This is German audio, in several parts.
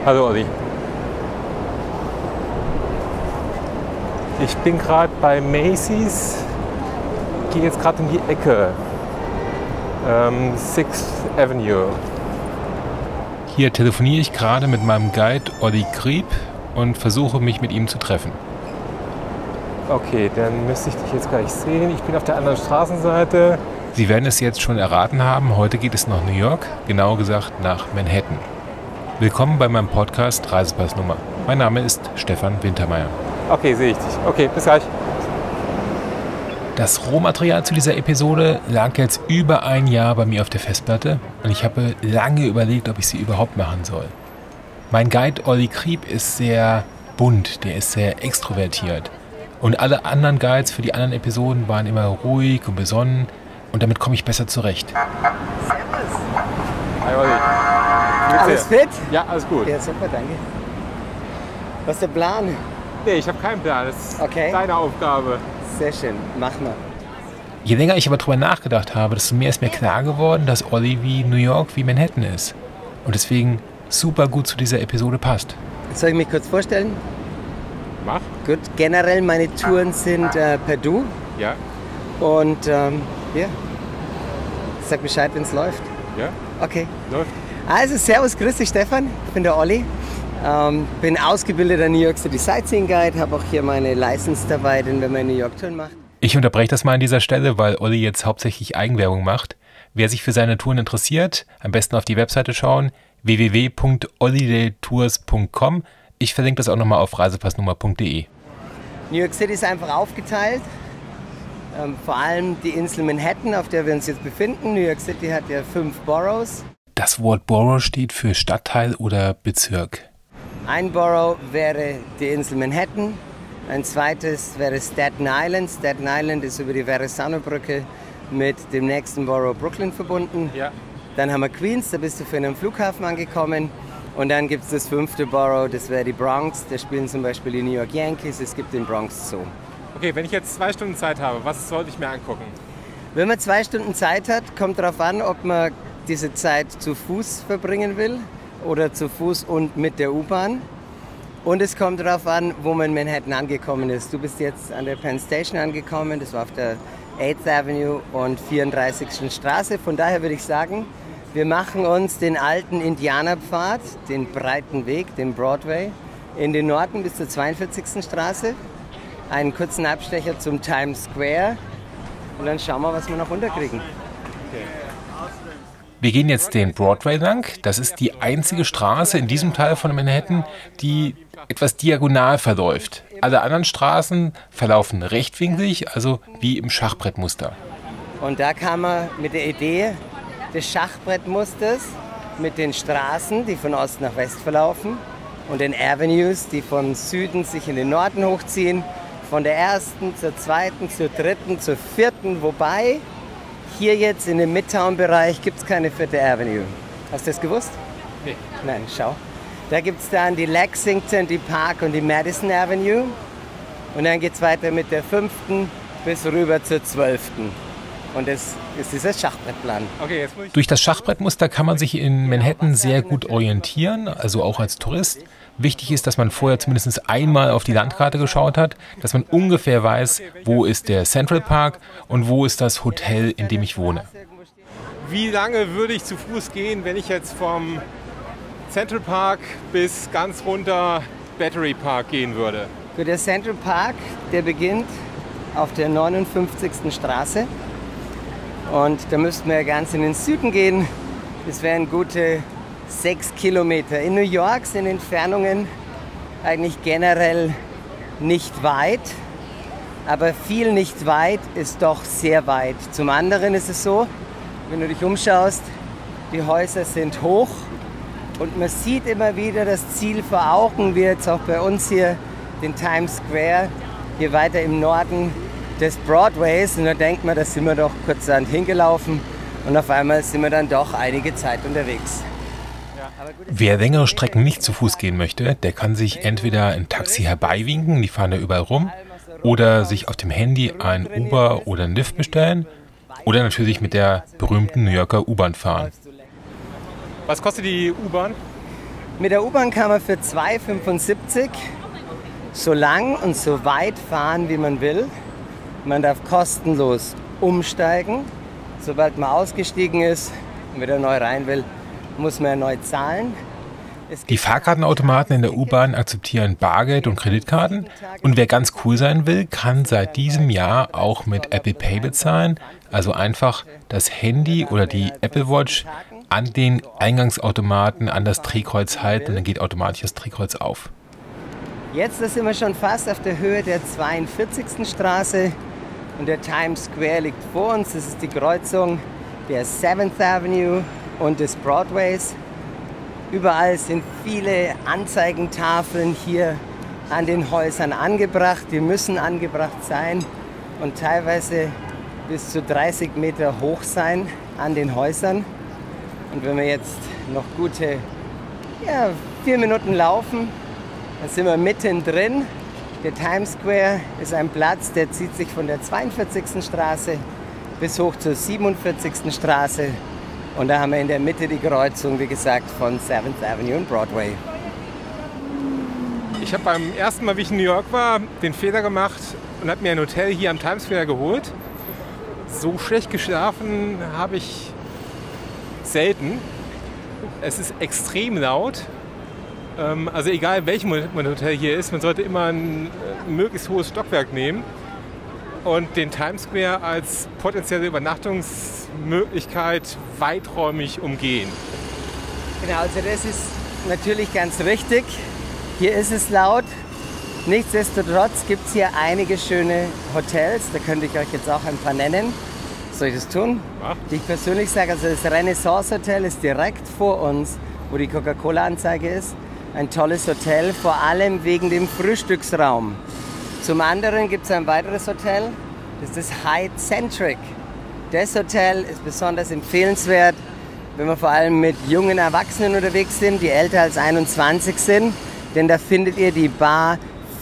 Hallo Olli. Ich bin gerade bei Macy's, gehe jetzt gerade um die Ecke. 6th Avenue. Hier telefoniere ich gerade mit meinem Guide Olli Kriep und versuche mich mit ihm zu treffen. Okay, dann müsste ich dich jetzt gleich sehen. Ich bin auf der anderen Straßenseite. Sie werden es jetzt schon erraten haben, heute geht es nach New York, genauer gesagt nach Manhattan. Willkommen bei meinem Podcast Reisepassnummer. Mein Name ist Stefan Wintermeyer. Okay, sehe ich dich. Okay, bis gleich. Das Rohmaterial zu dieser Episode lag jetzt über ein Jahr bei mir auf der Festplatte und ich habe lange überlegt, ob ich sie überhaupt machen soll. Mein Guide Olli Kriep ist sehr bunt, der ist sehr extrovertiert. Und alle anderen Guides für die anderen Episoden waren immer ruhig und besonnen und damit komme ich besser zurecht. Servus. Hi Olli. Alles fit? Ja, alles gut. Ja, super, danke. Was ist der Plan? Nee, ich habe keinen Plan. Das ist Okay. deine Aufgabe. Sehr schön, mach mal. Je länger ich aber drüber nachgedacht habe, desto mehr ist mir klar geworden, dass Olli wie New York wie Manhattan ist. Und deswegen super gut zu dieser Episode passt. Soll ich mich kurz vorstellen? Mach. Gut, generell meine Touren sind per Du. Ja. Und ja, sag Bescheid, wenn es läuft. Ja. Okay. Läuft. Also, servus, grüß dich Stefan, ich bin der Olli. Bin ausgebildeter New York City Sightseeing Guide, habe auch hier meine License dabei, denn wenn man in New York Touren macht. Ich unterbreche das mal an dieser Stelle, weil Olli jetzt hauptsächlich Eigenwerbung macht. Wer sich für seine Touren interessiert, am besten auf die Webseite schauen, www.ollidaytours.com. Ich verlinke das auch nochmal auf reisepassnummer.de. New York City ist einfach aufgeteilt. Vor allem die Insel Manhattan, auf der wir uns jetzt befinden. New York City hat ja 5 Boroughs. Das Wort Borough steht für Stadtteil oder Bezirk. Ein Borough wäre die Insel Manhattan, ein zweites wäre Staten Island. Staten Island ist über die Verrazano-Brücke mit dem nächsten Borough Brooklyn verbunden. Ja. Dann haben wir Queens, da bist du für einen Flughafen angekommen. Und dann gibt es das 5. Borough, das wäre die Bronx. Da spielen zum Beispiel die New York Yankees, es gibt den Bronx Zoo. Okay, wenn ich jetzt 2 Stunden Zeit habe, was sollte ich mir angucken? Wenn man 2 Stunden Zeit hat, kommt darauf an, ob man diese Zeit zu Fuß verbringen will oder zu Fuß und mit der U-Bahn. Und es kommt darauf an, wo man in Manhattan angekommen ist. Du bist jetzt an der Penn Station angekommen, das war auf der 8th Avenue und 34. Straße. Von daher würde ich sagen, wir machen uns den alten Indianerpfad, den breiten Weg, den Broadway, in den Norden bis zur 42. Straße. Einen kurzen Abstecher zum Times Square und dann schauen wir, was wir noch runterkriegen. Okay. Wir gehen jetzt den Broadway lang. Das ist die einzige Straße in diesem Teil von Manhattan, die etwas diagonal verläuft. Alle anderen Straßen verlaufen rechtwinklig, also wie im Schachbrettmuster. Und da kam man mit der Idee des Schachbrettmusters mit den Straßen, die von Ost nach West verlaufen und den Avenues, die von Süden sich in den Norden hochziehen, von der 1. zur 2., zur 3., zur 4., wobei hier jetzt in dem Midtown-Bereich gibt es keine 4. Avenue. Hast du das gewusst? Nee. Nein, schau. Da gibt es dann die Lexington, die Park und die Madison Avenue. Und dann geht es weiter mit der 5. bis rüber zur 12. Und das ist dieser Schachbrettplan. Okay, durch das Schachbrettmuster kann man sich in Manhattan sehr gut orientieren, also auch als Tourist. Wichtig ist, dass man vorher zumindest einmal auf die Landkarte geschaut hat, dass man ungefähr weiß, wo ist der Central Park und wo ist das Hotel, in dem ich wohne. Wie lange würde ich zu Fuß gehen, wenn ich jetzt vom Central Park bis ganz runter Battery Park gehen würde? Für der Central Park, der beginnt auf der 59. Straße. Und da müssten wir ganz in den Süden gehen. Das wären gute 6 Kilometer. In New York sind Entfernungen eigentlich generell nicht weit, aber viel nicht weit ist doch sehr weit. Zum anderen ist es so, wenn du dich umschaust, die Häuser sind hoch und man sieht immer wieder das Ziel vor Augen, wie jetzt auch bei uns hier den Times Square, hier weiter im Norden des Broadways. Und da denkt man, da sind wir doch kurzerhand hingelaufen und auf einmal sind wir dann doch einige Zeit unterwegs. Wer längere Strecken nicht zu Fuß gehen möchte, der kann sich entweder ein Taxi herbeiwinken, die fahren da überall rum, oder sich auf dem Handy ein Uber oder ein Lyft bestellen, oder natürlich mit der berühmten New Yorker U-Bahn fahren. Was kostet die U-Bahn? Mit der U-Bahn kann man für 2,75 so lang und so weit fahren, wie man will. Man darf kostenlos umsteigen. Sobald man ausgestiegen ist und wieder neu rein will, muss man erneut zahlen. Die Fahrkartenautomaten in der U-Bahn akzeptieren Bargeld und Kreditkarten. Und wer ganz cool sein will, kann seit diesem Jahr auch mit Apple Pay bezahlen. Also einfach das Handy oder die Apple Watch an den Eingangsautomaten an das Drehkreuz halten und dann geht automatisch das Drehkreuz auf. Jetzt sind wir schon fast auf der Höhe der 42. Straße und der Times Square liegt vor uns. Das ist die Kreuzung der 7th Avenue und des Broadways. Überall sind viele Anzeigentafeln hier an den Häusern angebracht. Die müssen angebracht sein und teilweise bis zu 30 Meter hoch sein an den Häusern. Und wenn wir jetzt noch gute 4 Minuten laufen, dann sind wir mittendrin. Der Times Square ist ein Platz, der zieht sich von der 42. Straße bis hoch zur 47. Straße. Und da haben wir in der Mitte die Kreuzung, wie gesagt, von 7th Avenue und Broadway. Ich habe beim ersten Mal, wie ich in New York war, den Fehler gemacht und habe mir ein Hotel hier am Times Square geholt. So schlecht geschlafen habe ich selten. Es ist extrem laut. Also egal, welchem Hotel hier ist, man sollte immer ein möglichst hohes Stockwerk nehmen und den Times Square als potenzielle Übernachtungsmöglichkeit weiträumig umgehen. Genau, also das ist natürlich ganz richtig. Hier ist es laut. Nichtsdestotrotz gibt es hier einige schöne Hotels. Da könnte ich euch jetzt auch ein paar nennen. Soll ich das tun? Ja. Die ich persönlich sage, also das Renaissance Hotel ist direkt vor uns, wo die Coca-Cola-Anzeige ist. Ein tolles Hotel, vor allem wegen dem Frühstücksraum. Zum anderen gibt es ein weiteres Hotel, das ist Hyatt Centric. Das Hotel ist besonders empfehlenswert, wenn wir vor allem mit jungen Erwachsenen unterwegs sind, die älter als 21 sind. Denn da findet ihr die Bar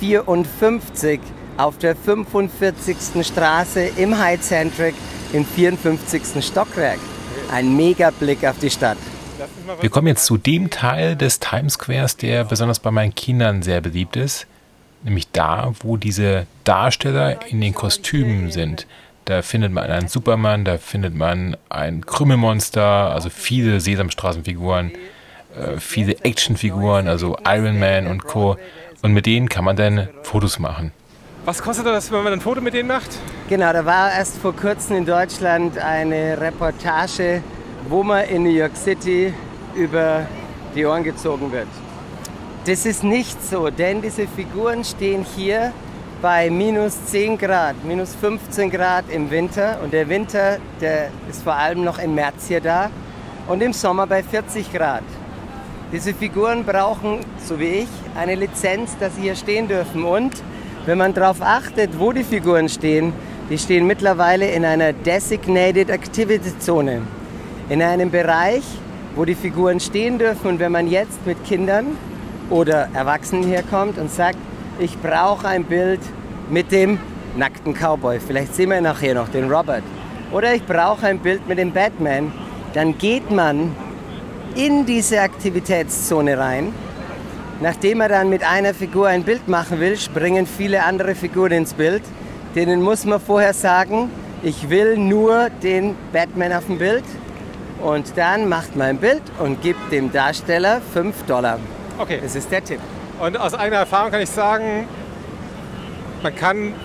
54 auf der 45. Straße im Hyatt Centric im 54. Stockwerk. Ein Mega-Blick auf die Stadt. Wir kommen jetzt zu dem Teil des Times Squares, der besonders bei meinen Kindern sehr beliebt ist. Nämlich da, wo diese Darsteller in den Kostümen sind. Da findet man einen Superman, da findet man ein Krümelmonster, also viele Sesamstraßenfiguren, viele Actionfiguren, also Iron Man und Co. Und mit denen kann man dann Fotos machen. Was kostet das, wenn man ein Foto mit denen macht? Genau, da war erst vor kurzem in Deutschland eine Reportage, wo man in New York City über die Ohren gezogen wird. Das ist nicht so, denn diese Figuren stehen hier bei minus 10 Grad, minus 15 Grad im Winter. Und der Winter, der ist vor allem noch im März hier da. Und im Sommer bei 40 Grad. Diese Figuren brauchen, so wie ich, eine Lizenz, dass sie hier stehen dürfen. Und wenn man darauf achtet, wo die Figuren stehen, die stehen mittlerweile in einer Designated Activity Zone. In einem Bereich, wo die Figuren stehen dürfen. Und wenn man jetzt mit Kindern oder Erwachsenen herkommt und sagt, ich brauche ein Bild mit dem nackten Cowboy, vielleicht sehen wir nachher noch den Robert, oder ich brauche ein Bild mit dem Batman, dann geht man in diese Aktivitätszone rein. Nachdem er dann mit einer Figur ein Bild machen will, springen viele andere Figuren ins Bild. Denen muss man vorher sagen, ich will nur den Batman auf dem Bild. Und dann macht man ein Bild und gibt dem Darsteller $5. Okay. Das ist der Tipp. Und aus eigener Erfahrung kann ich sagen, man kann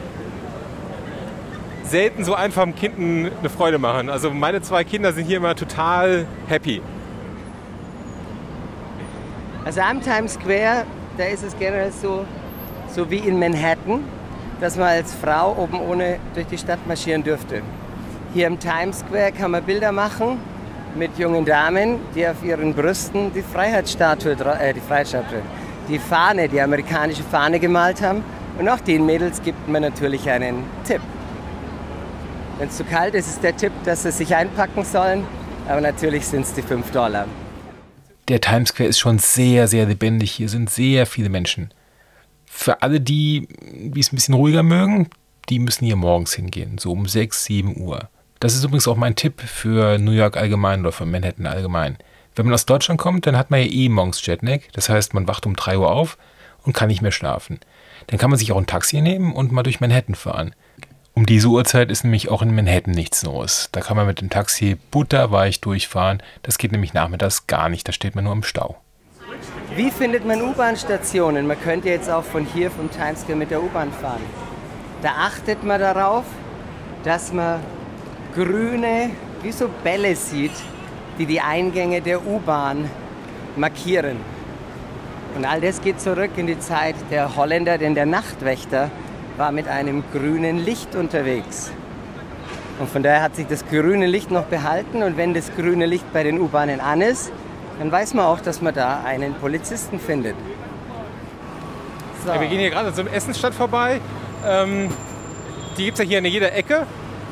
selten so einfach dem Kind eine Freude machen. Also meine 2 Kinder sind hier immer total happy. Also am Times Square, da ist es generell so wie in Manhattan, dass man als Frau oben ohne durch die Stadt marschieren dürfte. Hier im Times Square kann man Bilder machen mit jungen Damen, die auf ihren Brüsten die Fahne, die amerikanische Fahne gemalt haben. Und auch den Mädels gibt man natürlich einen Tipp. Wenn es zu kalt ist, ist der Tipp, dass sie sich einpacken sollen. Aber natürlich sind es die $5. Der Times Square ist schon sehr, sehr lebendig. Hier sind sehr viele Menschen. Für alle, die es ein bisschen ruhiger mögen, die müssen hier morgens hingehen, so um 6, 7 Uhr. Das ist übrigens auch mein Tipp für New York allgemein oder für Manhattan allgemein. Wenn man aus Deutschland kommt, dann hat man ja eh morgens Jetlag. Das heißt, man wacht um 3 Uhr auf und kann nicht mehr schlafen. Dann kann man sich auch ein Taxi nehmen und mal durch Manhattan fahren. Um diese Uhrzeit ist nämlich auch in Manhattan nichts los. Da kann man mit dem Taxi butterweich durchfahren. Das geht nämlich nachmittags gar nicht, da steht man nur im Stau. Wie findet man U-Bahn-Stationen? Man könnte jetzt auch von hier vom Times Square mit der U-Bahn fahren. Da achtet man darauf, dass man grüne, wie so Bälle sieht, die die Eingänge der U-Bahn markieren. Und all das geht zurück in die Zeit der Holländer, denn der Nachtwächter war mit einem grünen Licht unterwegs. Und von daher hat sich das grüne Licht noch behalten. Und wenn das grüne Licht bei den U-Bahnen an ist, dann weiß man auch, dass man da einen Polizisten findet. So. Ja, wir gehen hier gerade an so einem Essensstand vorbei. Die gibt es ja hier in jeder Ecke.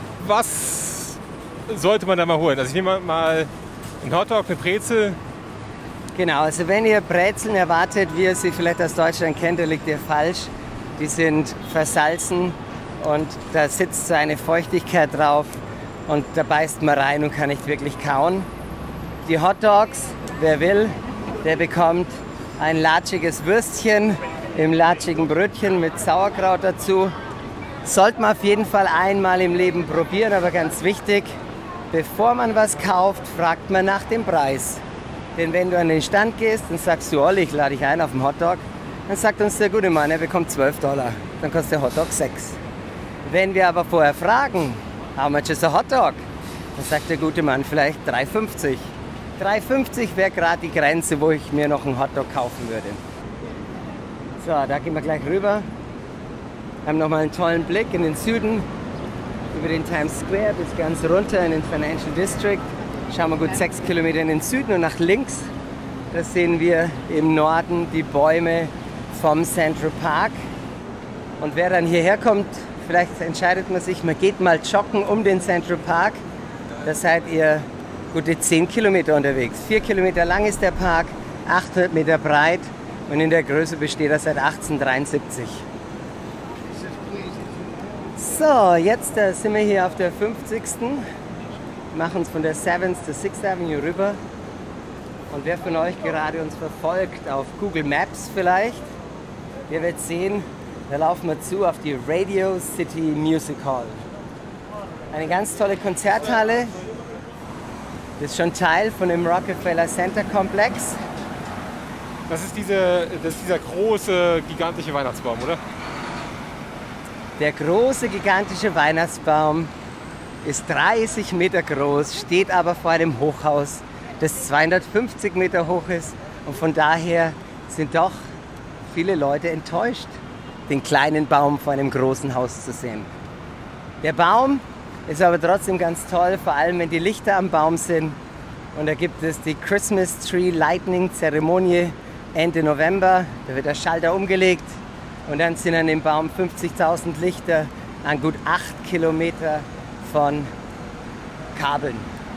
Was sollte man da mal holen? Also ich nehme mal einen Hotdog, eine Brezel. Genau, also wenn ihr Brezeln erwartet, wie ihr sie vielleicht aus Deutschland kennt, dann liegt ihr falsch. Die sind versalzen und da sitzt so eine Feuchtigkeit drauf und da beißt man rein und kann nicht wirklich kauen. Die Hotdogs, wer will, der bekommt ein latschiges Würstchen im latschigen Brötchen mit Sauerkraut dazu. Sollte man auf jeden Fall einmal im Leben probieren, aber ganz wichtig, bevor man was kauft, fragt man nach dem Preis. Denn wenn du an den Stand gehst und sagst, du Olli, ich lade dich ein auf einen Hotdog, dann sagt uns der gute Mann, er bekommt $12. Dann kostet der Hotdog 6. Wenn wir aber vorher fragen, how much is a Hotdog? Dann sagt der gute Mann vielleicht 3,50. 3,50 wäre gerade die Grenze, wo ich mir noch einen Hotdog kaufen würde. So, da gehen wir gleich rüber. Wir haben nochmal einen tollen Blick in den Süden, über den Times Square bis ganz runter in den Financial District. Schauen wir gut 6 Kilometer in den Süden und nach links, da sehen wir im Norden die Bäume vom Central Park. Und wer dann hierher kommt, vielleicht entscheidet man sich, man geht mal joggen um den Central Park. Da seid ihr gute 10 Kilometer unterwegs. 4 Kilometer lang ist der Park, 800 Meter breit und in der Größe besteht er seit 1873. So, jetzt sind wir hier auf der 50. Machen uns von der 7th zur 6th Avenue rüber. Und wer von euch gerade uns verfolgt, auf Google Maps vielleicht, der wird sehen, da laufen wir zu auf die Radio City Music Hall. Eine ganz tolle Konzerthalle. Das ist schon Teil von dem Rockefeller Center Komplex. Das ist dieser große, gigantische Weihnachtsbaum, oder? Der große, gigantische Weihnachtsbaum ist 30 Meter groß, steht aber vor einem Hochhaus, das 250 Meter hoch ist. Und von daher sind doch viele Leute enttäuscht, den kleinen Baum vor einem großen Haus zu sehen. Der Baum ist aber trotzdem ganz toll, vor allem wenn die Lichter am Baum sind. Und da gibt es die Christmas Tree Lightning Zeremonie Ende November. Da wird der Schalter umgelegt und dann sind an dem Baum 50.000 Lichter an gut 8 Kilometer von Kabeln.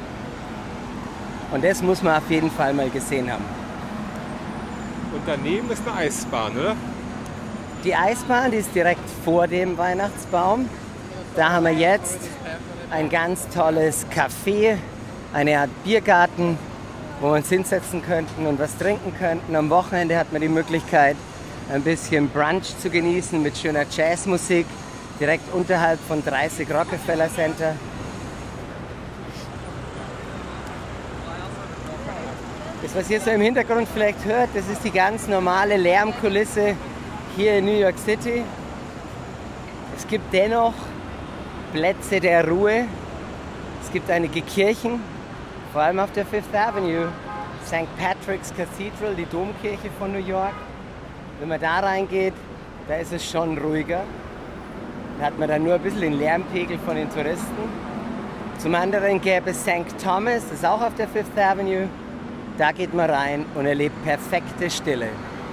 Und das muss man auf jeden Fall mal gesehen haben. Und daneben ist eine Eisbahn, oder? Die Eisbahn, die ist direkt vor dem Weihnachtsbaum. Da haben wir jetzt ein ganz tolles Café, eine Art Biergarten, wo wir uns hinsetzen könnten und was trinken könnten. Am Wochenende hat man die Möglichkeit, ein bisschen Brunch zu genießen mit schöner Jazzmusik, direkt unterhalb von 30 Rockefeller Center. Das, was ihr so im Hintergrund vielleicht hört, das ist die ganz normale Lärmkulisse hier in New York City. Es gibt dennoch Plätze der Ruhe. Es gibt einige Kirchen, vor allem auf der Fifth Avenue. St. Patrick's Cathedral, die Domkirche von New York. Wenn man da reingeht, da ist es schon ruhiger. Da hat man dann nur ein bisschen den Lärmpegel von den Touristen. Zum anderen gäbe es St. Thomas, das ist auch auf der Fifth Avenue. Da geht man rein und erlebt perfekte Stille.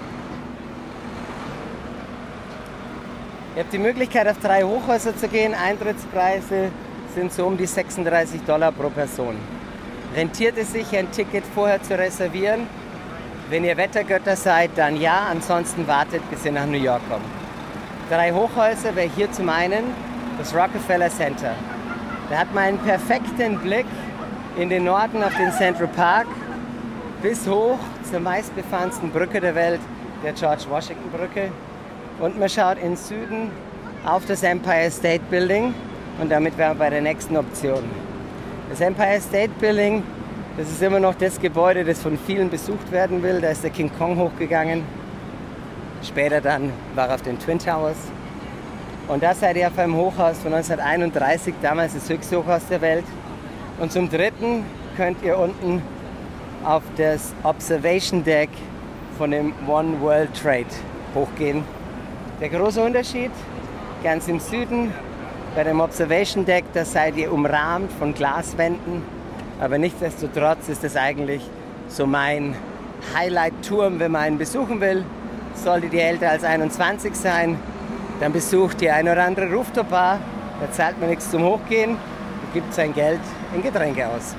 Ihr habt die Möglichkeit, auf 3 Hochhäuser zu gehen. Eintrittspreise sind so um die $36 pro Person. Rentiert es sich, ein Ticket vorher zu reservieren? Wenn ihr Wettergötter seid, dann ja. Ansonsten wartet, bis ihr nach New York kommt. 3 Hochhäuser wäre hier zum einen das Rockefeller Center. Da hat man einen perfekten Blick in den Norden auf den Central Park. bis hoch zur meistbefahrensten Brücke der Welt, der George Washington Brücke. Und man schaut in Süden auf das Empire State Building und damit wären wir bei der nächsten Option. Das Empire State Building, das ist immer noch das Gebäude, das von vielen besucht werden will. Da ist der King Kong hochgegangen. Später dann war er auf den Twin Towers. Und da seid ihr auf einem Hochhaus von 1931, damals das höchste Hochhaus der Welt. Und zum Dritten könnt ihr unten auf das Observation Deck von dem One World Trade hochgehen. Der große Unterschied, ganz im Süden, bei dem Observation Deck, da seid ihr umrahmt von Glaswänden. Aber nichtsdestotrotz ist das eigentlich so mein Highlight-Turm, wenn man einen besuchen will. Solltet ihr älter als 21 sein, dann besucht ihr eine oder andere Rooftop-Bar. Da zahlt man nichts zum Hochgehen und gibt sein Geld in Getränke aus.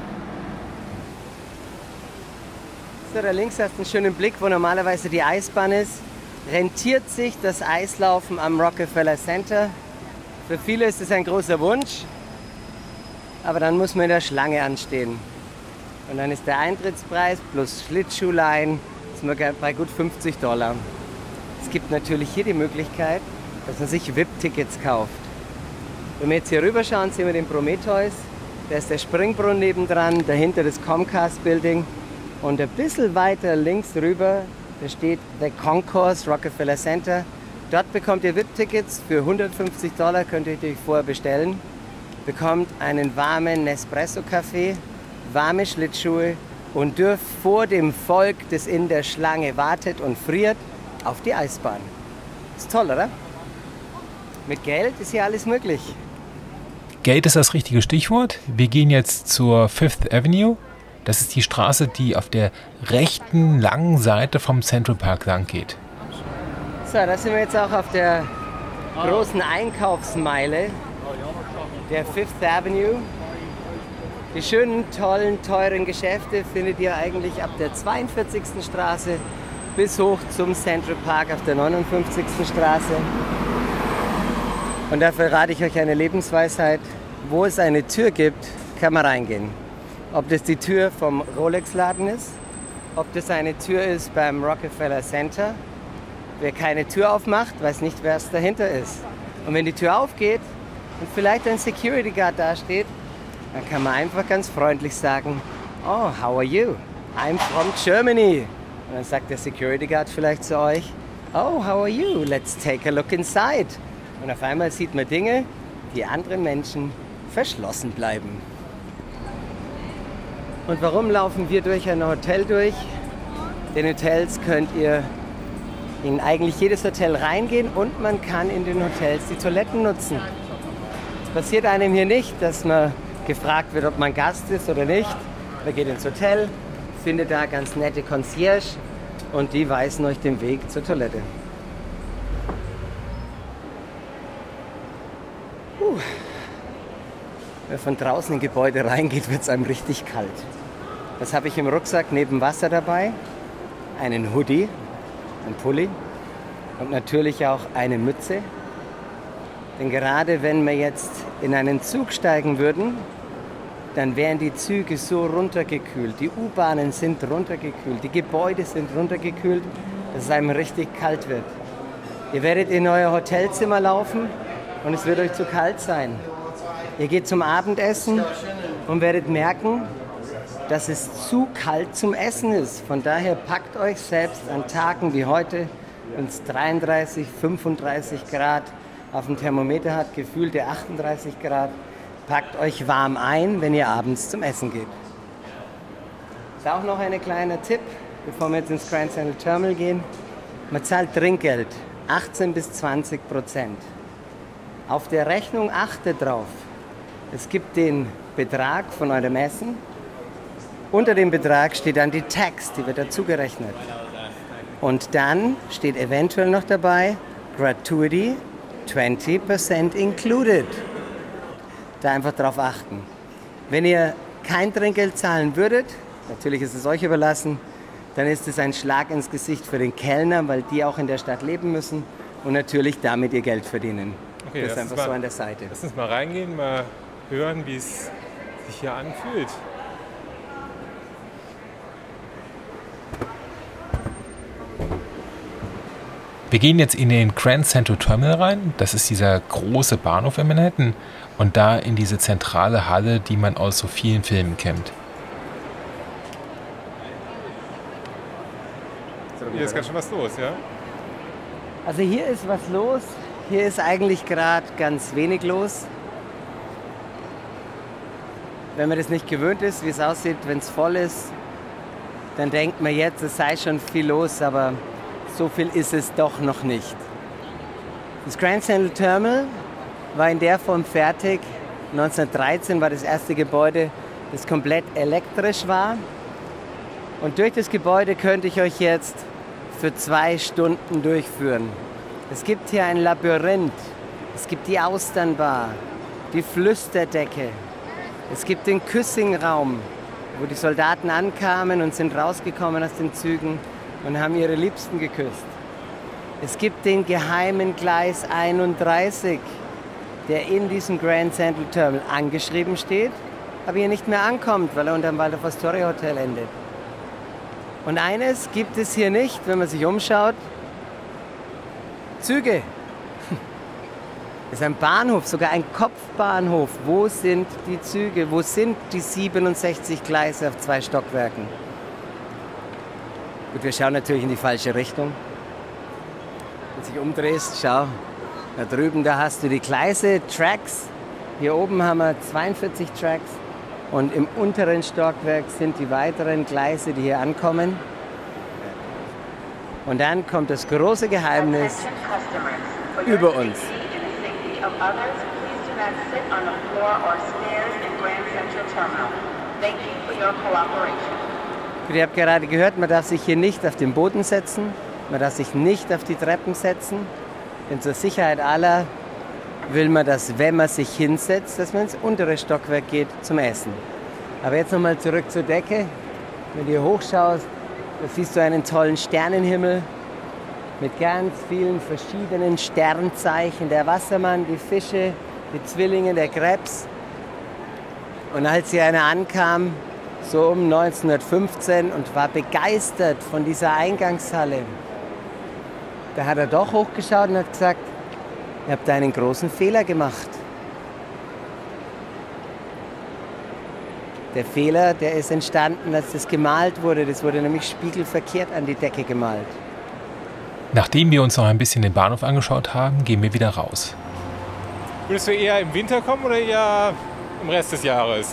So, da links hast du einen schönen Blick, wo normalerweise die Eisbahn ist. Rentiert sich das Eislaufen am Rockefeller Center? Für viele ist es ein großer Wunsch, aber dann muss man in der Schlange anstehen. Und dann ist der Eintrittspreis plus Schlittschuhlein bei gut $50. Es gibt natürlich hier die Möglichkeit, dass man sich VIP-Tickets kauft. Wenn wir jetzt hier rüber schauen, sehen wir den Prometheus. Da ist der Springbrunnen nebendran, dahinter das Comcast Building. Und ein bisschen weiter links rüber, da steht The Concourse Rockefeller Center. Dort bekommt ihr VIP-Tickets für $150, könnt ihr euch vorher bestellen. Bekommt einen warmen Nespresso-Kaffee, warme Schlittschuhe und dürft vor dem Volk, das in der Schlange wartet und friert, auf die Eisbahn. Ist toll, oder? Mit Geld ist hier alles möglich. Geld ist das richtige Stichwort. Wir gehen jetzt zur Fifth Avenue. Das ist die Straße, die auf der rechten langen Seite vom Central Park lang geht. So, da sind wir jetzt auch auf der großen Einkaufsmeile der Fifth Avenue. Die schönen, tollen, teuren Geschäfte findet ihr eigentlich ab der 42. Straße bis hoch zum Central Park auf der 59. Straße. Und dafür rate ich euch eine Lebensweisheit. Wo es eine Tür gibt, kann man reingehen. Ob das die Tür vom Rolex-Laden ist, ob das eine Tür ist beim Rockefeller Center. Wer keine Tür aufmacht, weiß nicht, wer es dahinter ist. Und wenn die Tür aufgeht und vielleicht ein Security Guard dasteht, dann kann man einfach ganz freundlich sagen, oh, how are you? I'm from Germany. Und dann sagt der Security Guard vielleicht zu euch, oh, how are you? Let's take a look inside. Und auf einmal sieht man Dinge, die anderen Menschen verschlossen bleiben. Und warum laufen wir durch ein Hotel durch? Den Hotels könnt ihr in eigentlich jedes Hotel reingehen und man kann in den Hotels die Toiletten nutzen. Es passiert einem hier nicht, dass man gefragt wird, ob man Gast ist oder nicht. Man geht ins Hotel, findet da ganz nette Concierge und die weisen euch den Weg zur Toilette. Wenn man von draußen in Gebäude reingeht, wird es einem richtig kalt. Was habe ich im Rucksack neben Wasser dabei? Einen Hoodie, einen Pulli und natürlich auch eine Mütze. Denn gerade wenn wir jetzt in einen Zug steigen würden, dann wären die Züge so runtergekühlt, die U-Bahnen sind runtergekühlt, die Gebäude sind runtergekühlt, dass es einem richtig kalt wird. Ihr werdet in euer Hotelzimmer laufen und es wird euch zu kalt sein. Ihr geht zum Abendessen und werdet merken, dass es zu kalt zum Essen ist. Von daher packt euch selbst an Tagen wie heute, wenn es 33, 35 Grad auf dem Thermometer hat, gefühlte 38 Grad, packt euch warm ein, wenn ihr abends zum Essen geht. Das ist auch noch ein kleiner Tipp, bevor wir jetzt ins Grand Central Terminal gehen. Man zahlt Trinkgeld, 18 bis 20%. Auf der Rechnung achtet drauf. Es gibt den Betrag von eurem Essen. Unter dem Betrag steht dann die Tax, die wird dazugerechnet. Und dann steht eventuell noch dabei, Gratuity, 20% included. Da einfach drauf achten. Wenn ihr kein Trinkgeld zahlen würdet, natürlich ist es euch überlassen, dann ist es ein Schlag ins Gesicht für den Kellner, weil die auch in der Stadt leben müssen und natürlich damit ihr Geld verdienen. Okay, das ist einfach so an der Seite. Lass uns mal reingehen, mal hören, wie es sich hier anfühlt. Wir gehen jetzt in den Grand Central Terminal rein. Das ist dieser große Bahnhof in Manhattan. Und da in diese zentrale Halle, die man aus so vielen Filmen kennt. Hier ist ganz schön was los, ja? Also hier ist was los. Hier ist eigentlich gerade ganz wenig los. Wenn man das nicht gewöhnt ist, wie es aussieht, wenn es voll ist, dann denkt man jetzt, es sei schon viel los, aber so viel ist es doch noch nicht. Das Grand Central Terminal war in der Form fertig. 1913 war das erste Gebäude, das komplett elektrisch war. Und durch das Gebäude könnte ich euch jetzt für 2 Stunden durchführen. Es gibt hier ein Labyrinth, es gibt die Austernbar, die Flüsterdecke, es gibt den Küssingraum, wo die Soldaten ankamen und sind rausgekommen aus den Zügen und haben ihre Liebsten geküsst. Es gibt den geheimen Gleis 31, der in diesem Grand Central Terminal angeschrieben steht, aber hier nicht mehr ankommt, weil er unter dem Waldorf Astoria Hotel endet. Und eines gibt es hier nicht, wenn man sich umschaut: Züge. Das ist ein Bahnhof, sogar ein Kopfbahnhof. Wo sind die Züge? Wo sind die 67 Gleise auf 2 Stockwerken? Gut, wir schauen natürlich in die falsche Richtung. Wenn du dich umdrehst, schau, da drüben, da hast du die Gleise, Tracks. Hier oben haben wir 42 Tracks. Und im unteren Stockwerk sind die weiteren Gleise, die hier ankommen. Und dann kommt das große Geheimnis über uns. Ihr habt gerade gehört, man darf sich hier nicht auf den Boden setzen, man darf sich nicht auf die Treppen setzen. Denn zur Sicherheit aller will man, dass, wenn man sich hinsetzt, dass man ins untere Stockwerk geht zum Essen. Aber jetzt nochmal zurück zur Decke. Wenn du hier hochschaust, da siehst du einen tollen Sternenhimmel mit ganz vielen verschiedenen Sternzeichen. Der Wassermann, die Fische, die Zwillinge, der Krebs. Und als hier einer ankam, so um 1915, und war begeistert von dieser Eingangshalle, da hat er doch hochgeschaut und hat gesagt: Ihr habt einen großen Fehler gemacht. Der Fehler, der ist entstanden, als das gemalt wurde. Das wurde nämlich spiegelverkehrt an die Decke gemalt. Nachdem wir uns noch ein bisschen den Bahnhof angeschaut haben, gehen wir wieder raus. Würdest du eher im Winter kommen oder eher im Rest des Jahres?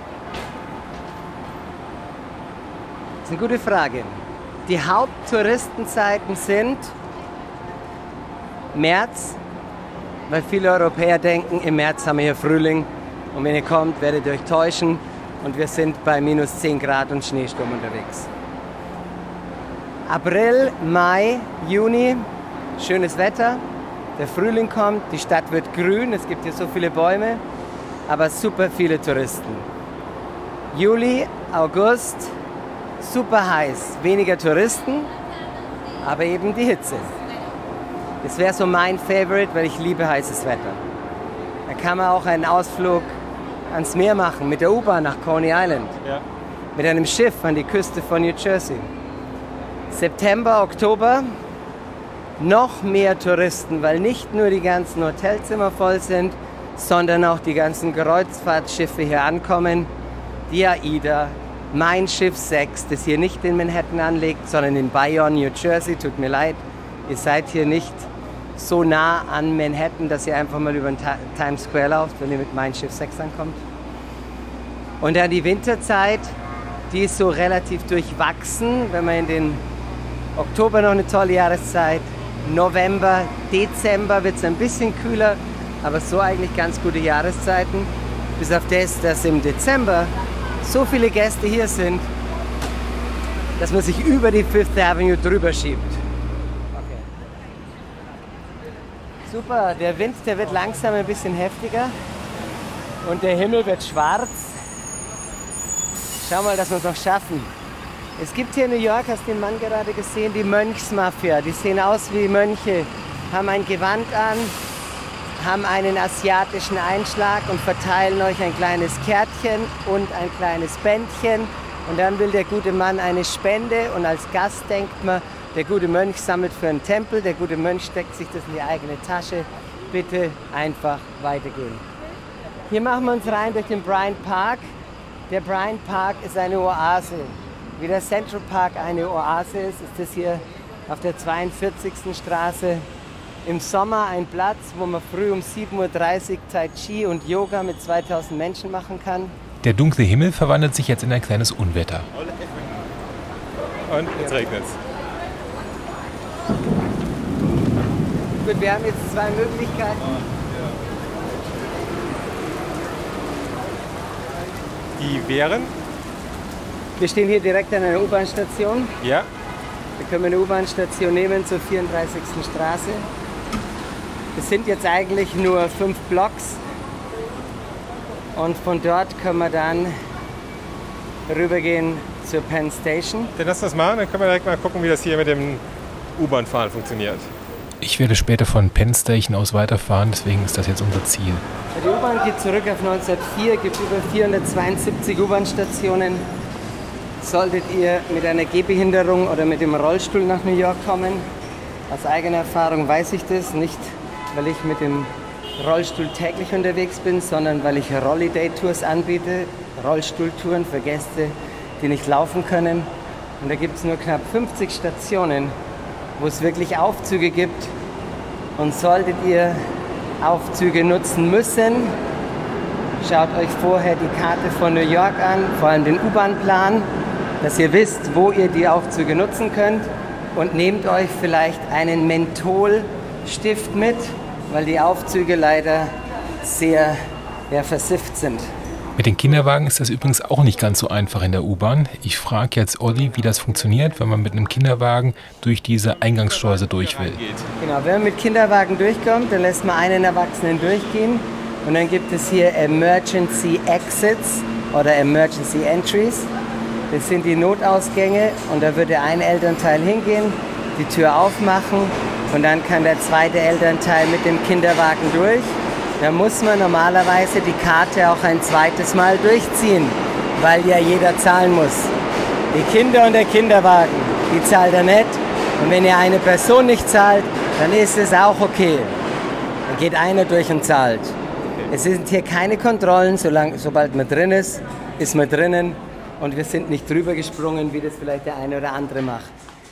Das ist eine gute Frage. Die Haupttouristenzeiten sind März, weil viele Europäer denken, im März haben wir hier Frühling und wenn ihr kommt, werdet ihr euch täuschen und wir sind bei minus 10 Grad und Schneesturm unterwegs. April, Mai, Juni, schönes Wetter, der Frühling kommt, die Stadt wird grün, es gibt hier so viele Bäume, aber super viele Touristen. Juli, August, super heiß, weniger Touristen, aber eben die Hitze. Das wäre so mein Favorite, weil ich liebe heißes Wetter. Da kann man auch einen Ausflug ans Meer machen, mit der U-Bahn nach Coney Island. Ja. Mit einem Schiff an die Küste von New Jersey. September, Oktober, noch mehr Touristen, weil nicht nur die ganzen Hotelzimmer voll sind, sondern auch die ganzen Kreuzfahrtschiffe hier ankommen. Die AIDA, mein Schiff 6, das hier nicht in Manhattan anlegt, sondern in Bayonne, New Jersey. Tut mir leid, ihr seid hier nicht so nah an Manhattan, dass ihr einfach mal über den Times Square lauft, wenn ihr mit Mein Schiff 6 ankommt. Und dann die Winterzeit, die ist so relativ durchwachsen. Wenn man in den Oktober noch eine tolle Jahreszeit, November, Dezember wird es ein bisschen kühler, aber so eigentlich ganz gute Jahreszeiten. Bis auf das, dass im Dezember so viele Gäste hier sind, dass man sich über die Fifth Avenue drüber schiebt. Super, der Wind, der wird langsam ein bisschen heftiger und der Himmel wird schwarz. Schau mal, dass wir es noch schaffen. Es gibt hier in New York, hast du den Mann gerade gesehen, die Mönchsmafia. Die sehen aus wie Mönche, haben ein Gewand an, haben einen asiatischen Einschlag und verteilen euch ein kleines Kärtchen und ein kleines Bändchen. Und dann will der gute Mann eine Spende und als Gast denkt man, Der gute Mönch sammelt für einen Tempel, der gute Mönch steckt sich das in die eigene Tasche. Bitte einfach weitergehen. Hier machen wir uns rein durch den Bryant Park. Der Bryant Park ist eine Oase. Wie der Central Park eine Oase ist das hier auf der 42. Straße. Im Sommer ein Platz, wo man früh um 7:30 Uhr Tai Chi und Yoga mit 2000 Menschen machen kann. Der dunkle Himmel verwandelt sich jetzt in ein kleines Unwetter. Und jetzt regnet es. Gut, wir haben jetzt zwei Möglichkeiten. Die wären? Wir stehen hier direkt an einer U-Bahn-Station. Ja. Da können wir eine U-Bahn-Station nehmen zur 34. Straße. Es sind jetzt eigentlich nur 5 Blocks. Und von dort können wir dann rübergehen zur Penn Station. Dann lass das machen, dann können wir direkt mal gucken, wie das hier mit dem U-Bahn-Fahren funktioniert. Ich werde später von Penn Station aus weiterfahren, deswegen ist das jetzt unser Ziel. Die U-Bahn geht zurück auf 1904, gibt über 472 U-Bahn-Stationen. Solltet ihr mit einer Gehbehinderung oder mit dem Rollstuhl nach New York kommen, aus eigener Erfahrung weiß ich das, nicht weil ich mit dem Rollstuhl täglich unterwegs bin, sondern weil ich Rolliday-Tours anbiete, Rollstuhltouren für Gäste, die nicht laufen können. Und da gibt es nur knapp 50 Stationen, wo es wirklich Aufzüge gibt. Und solltet ihr Aufzüge nutzen müssen, schaut euch vorher die Karte von New York an, vor allem den U-Bahn-Plan, dass ihr wisst, wo ihr die Aufzüge nutzen könnt, und nehmt euch vielleicht einen Mentholstift mit, weil die Aufzüge leider sehr versifft sind. Mit den Kinderwagen ist das übrigens auch nicht ganz so einfach in der U-Bahn. Ich frage jetzt Olli, wie das funktioniert, wenn man mit einem Kinderwagen durch diese Eingangsschleuse durch will. Genau, wenn man mit Kinderwagen durchkommt, dann lässt man einen Erwachsenen durchgehen und dann gibt es hier Emergency Exits oder Emergency Entries. Das sind die Notausgänge und da würde ein Elternteil hingehen, die Tür aufmachen und dann kann der zweite Elternteil mit dem Kinderwagen durch. Da muss man normalerweise die Karte auch ein zweites Mal durchziehen, weil ja jeder zahlen muss. Die Kinder und der Kinderwagen, die zahlt er nicht. Und wenn ihr eine Person nicht zahlt, dann ist es auch okay. Dann geht einer durch und zahlt. Es sind hier keine Kontrollen, sobald man drin ist man drinnen. Und wir sind nicht drüber gesprungen, wie das vielleicht der eine oder andere macht.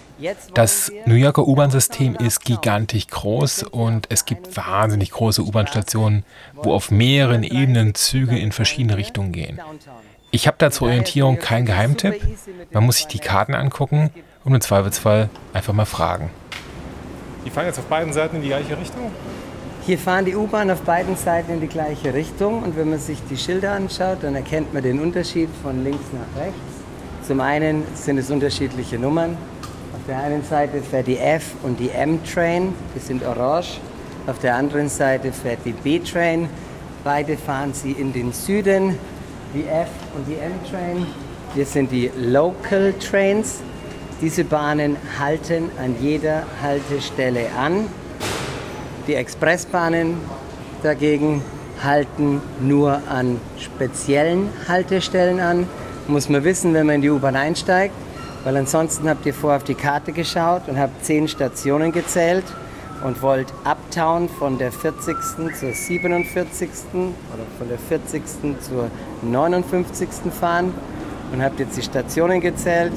Das New Yorker U-Bahn-System ist gigantisch groß und es gibt wahnsinnig große U-Bahn-Stationen, wo auf mehreren Ebenen Züge in verschiedene Richtungen gehen. Ich habe da zur Orientierung keinen Geheimtipp. Man muss sich die Karten angucken und im Zweifelsfall einfach mal fragen. Die fahren jetzt auf beiden Seiten in die gleiche Richtung? Hier fahren die U-Bahn auf beiden Seiten in die gleiche Richtung und wenn man sich die Schilder anschaut, dann erkennt man den Unterschied von links nach rechts. Zum einen sind es unterschiedliche Nummern. Auf der einen Seite fährt die F- und die M-Train, die sind orange. Auf der anderen Seite fährt die B-Train. Beide fahren sie in den Süden, die F- und die M-Train. Hier sind die Local Trains. Diese Bahnen halten an jeder Haltestelle an. Die Expressbahnen dagegen halten nur an speziellen Haltestellen an. Muss man wissen, wenn man in die U-Bahn einsteigt, weil ansonsten habt ihr vorher auf die Karte geschaut und habt 10 Stationen gezählt und wollt Uptown von der 40. zur 47. oder von der 40. zur 59. fahren und habt jetzt die Stationen gezählt.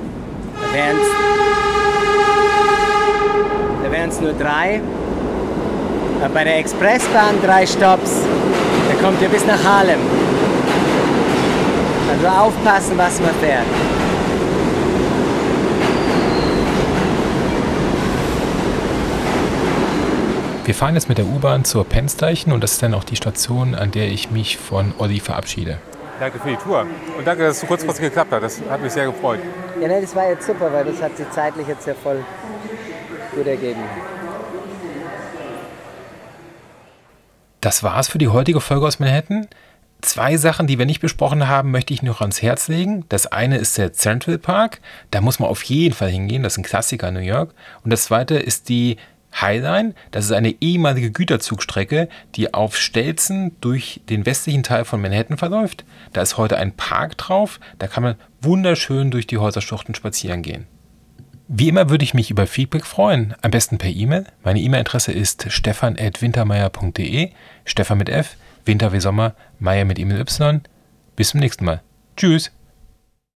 Da wären es nur 3. Bei der Expressbahn 3 Stopps, da kommt ihr bis nach Harlem. Also aufpassen, was man fährt. Wir fahren jetzt mit der U-Bahn zur Penn Station und das ist dann auch die Station, an der ich mich von Olli verabschiede. Danke für die Tour und danke, dass es so kurzfristig geklappt hat. Das hat mich sehr gefreut. Ja, ne, das war jetzt super, weil das hat sich zeitlich jetzt ja voll gut ergeben. Das war's für die heutige Folge aus Manhattan. 2 Sachen, die wir nicht besprochen haben, möchte ich noch ans Herz legen. Das eine ist der Central Park. Da muss man auf jeden Fall hingehen. Das ist ein Klassiker in New York. Und das zweite ist die High Line. Das ist eine ehemalige Güterzugstrecke, die auf Stelzen durch den westlichen Teil von Manhattan verläuft. Da ist heute ein Park drauf. Da kann man wunderschön durch die Häuserschluchten spazieren gehen. Wie immer würde ich mich über Feedback freuen, am besten per E-Mail. Meine E-Mail-Adresse ist stefan@wintermeyer.de, Stefan mit F, Winter wie Sommer, Meyer mit I mit Y. Bis zum nächsten Mal. Tschüss.